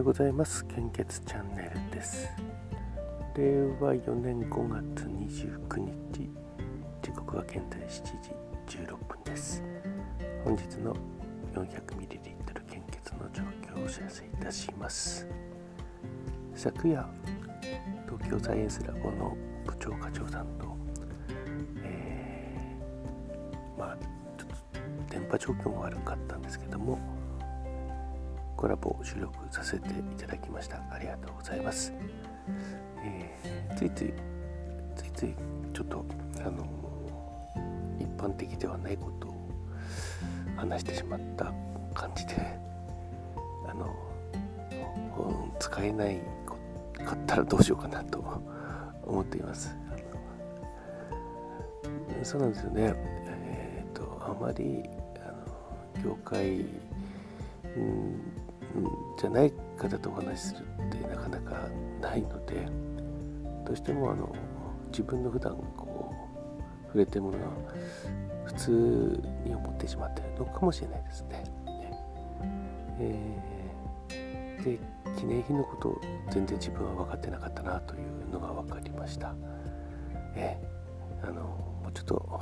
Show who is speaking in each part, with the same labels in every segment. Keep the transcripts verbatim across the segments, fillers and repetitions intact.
Speaker 1: ございます。献血チャンネルです。れいわよねんごがつにじゅうくにち、時刻は現在しちじじゅうろっぷんです。本日の よんひゃくミリリットル 献血の状況をお知らせいたします。昨夜、東京サイエンスラボの部長課長さんと、えー、まあちょっと電波状況が悪かったんですけども、コラボを収録させていただきました。ありがとうございます。えー、ついついついついちょっとあの一般的ではないことを話してしまった感じで、あの使えないかったらどうしようかなと思っています。あのそうなんですよね。えー、とあまりあの業界、うんじゃない方とお話しするってなかなかないので、どうしてもあの自分の普段こう触れてるものが普通に思ってしまっているのかもしれないですね。えー、で記念品のことを全然自分は分かってなかったなというのが分かりました。えー、あのもうちょっと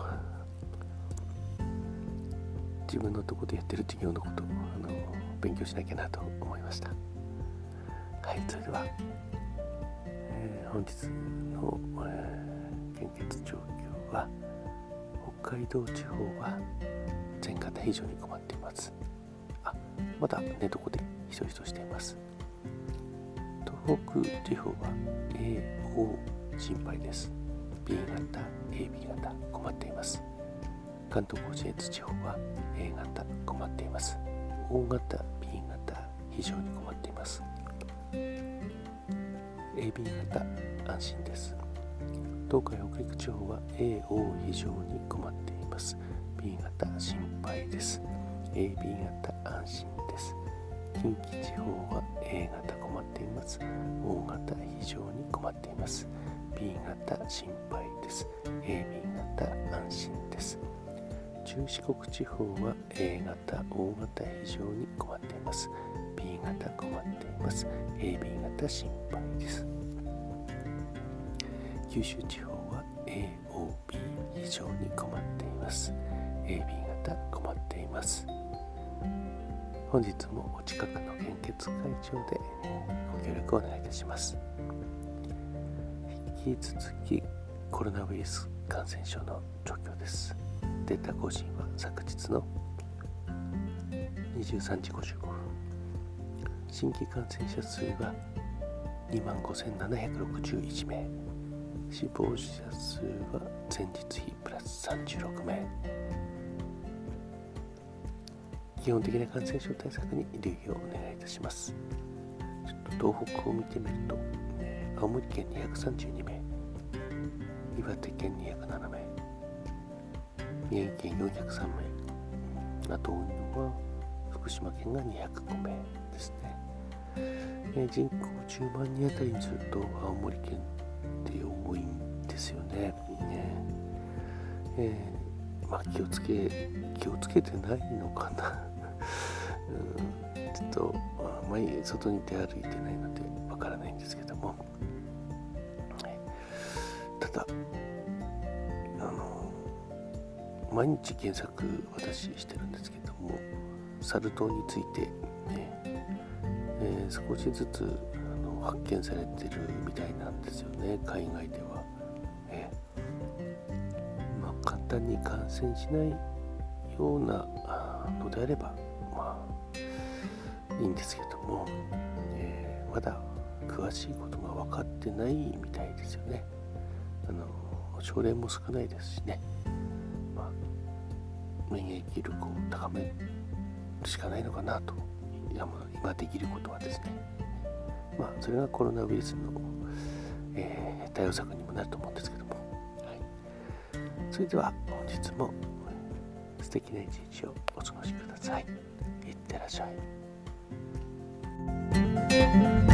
Speaker 1: 自分のところでやってる授業のことをあの勉強しなきゃなと思いました。はい、それでは、えー、本日の、えー、献血状況は、北海道地方は全型非常に困っています。あ、まだ寝床でひそひそしています。東北地方は エーオー 心配です。 ビー 型 エービー 型困っています。関東甲信越地方は エー 型困っています。O 型 ビー 型非常に困っています。 エービー 型安心です。東海北陸地方は エーオー 非常に困っています。 ビー 型心配です。 エービー 型安心です。近畿地方は エー 型困っています。 O 型非常に困っています。 ビー 型心配です。 エービー 型安心です。中四国地方は エー 型、O 型非常に困っています。ビー 型困っています。エービー 型心配です。九州地方は エーオービー 非常に困っています。エービー 型困っています。本日もお近くの献血会場でご協力をお願いいたします。引き続きコロナウイルス感染症の状況です。データ更新は昨日のにじゅうさんじごじゅうごふん。新規感染者数は にまんごせんななひゃくろくじゅういちめい。死亡者数は前日比プラスさんじゅうろくめい。基本的な感染症対策に留意をお願いいたします。ちょっと東北を見てみると、青森県にひゃくさんじゅうにめい、岩手県にひゃくななめい、宮城県よんひゃくさんめい、あと多いのは福島県がにひゃくごめいですね。えー、人口じゅうまんにんあたりにすると青森県って多いんですよね。ねえー、まあ気をつけ気をつけてないのかな、うん、ちょっとあまり外に出歩いてないのでわからないんですけども、ただあの毎日検索私してるんですけども、サル痘について、ねえー、少しずつあの発見されてるみたいなんですよね、海外では。えーまあ、簡単に感染しないようなのであればまあいいんですけども、えー、まだ詳しいことが分かってないみたいですよね。あの症例も少ないですしね。免疫力を高めるしかないのかなと。今できることはですね、まあそれがコロナウイルスの、えー、対応策にもなると思うんですけども、はい、それでは本日も素敵な一日をお過ごしください。いってらっしゃい。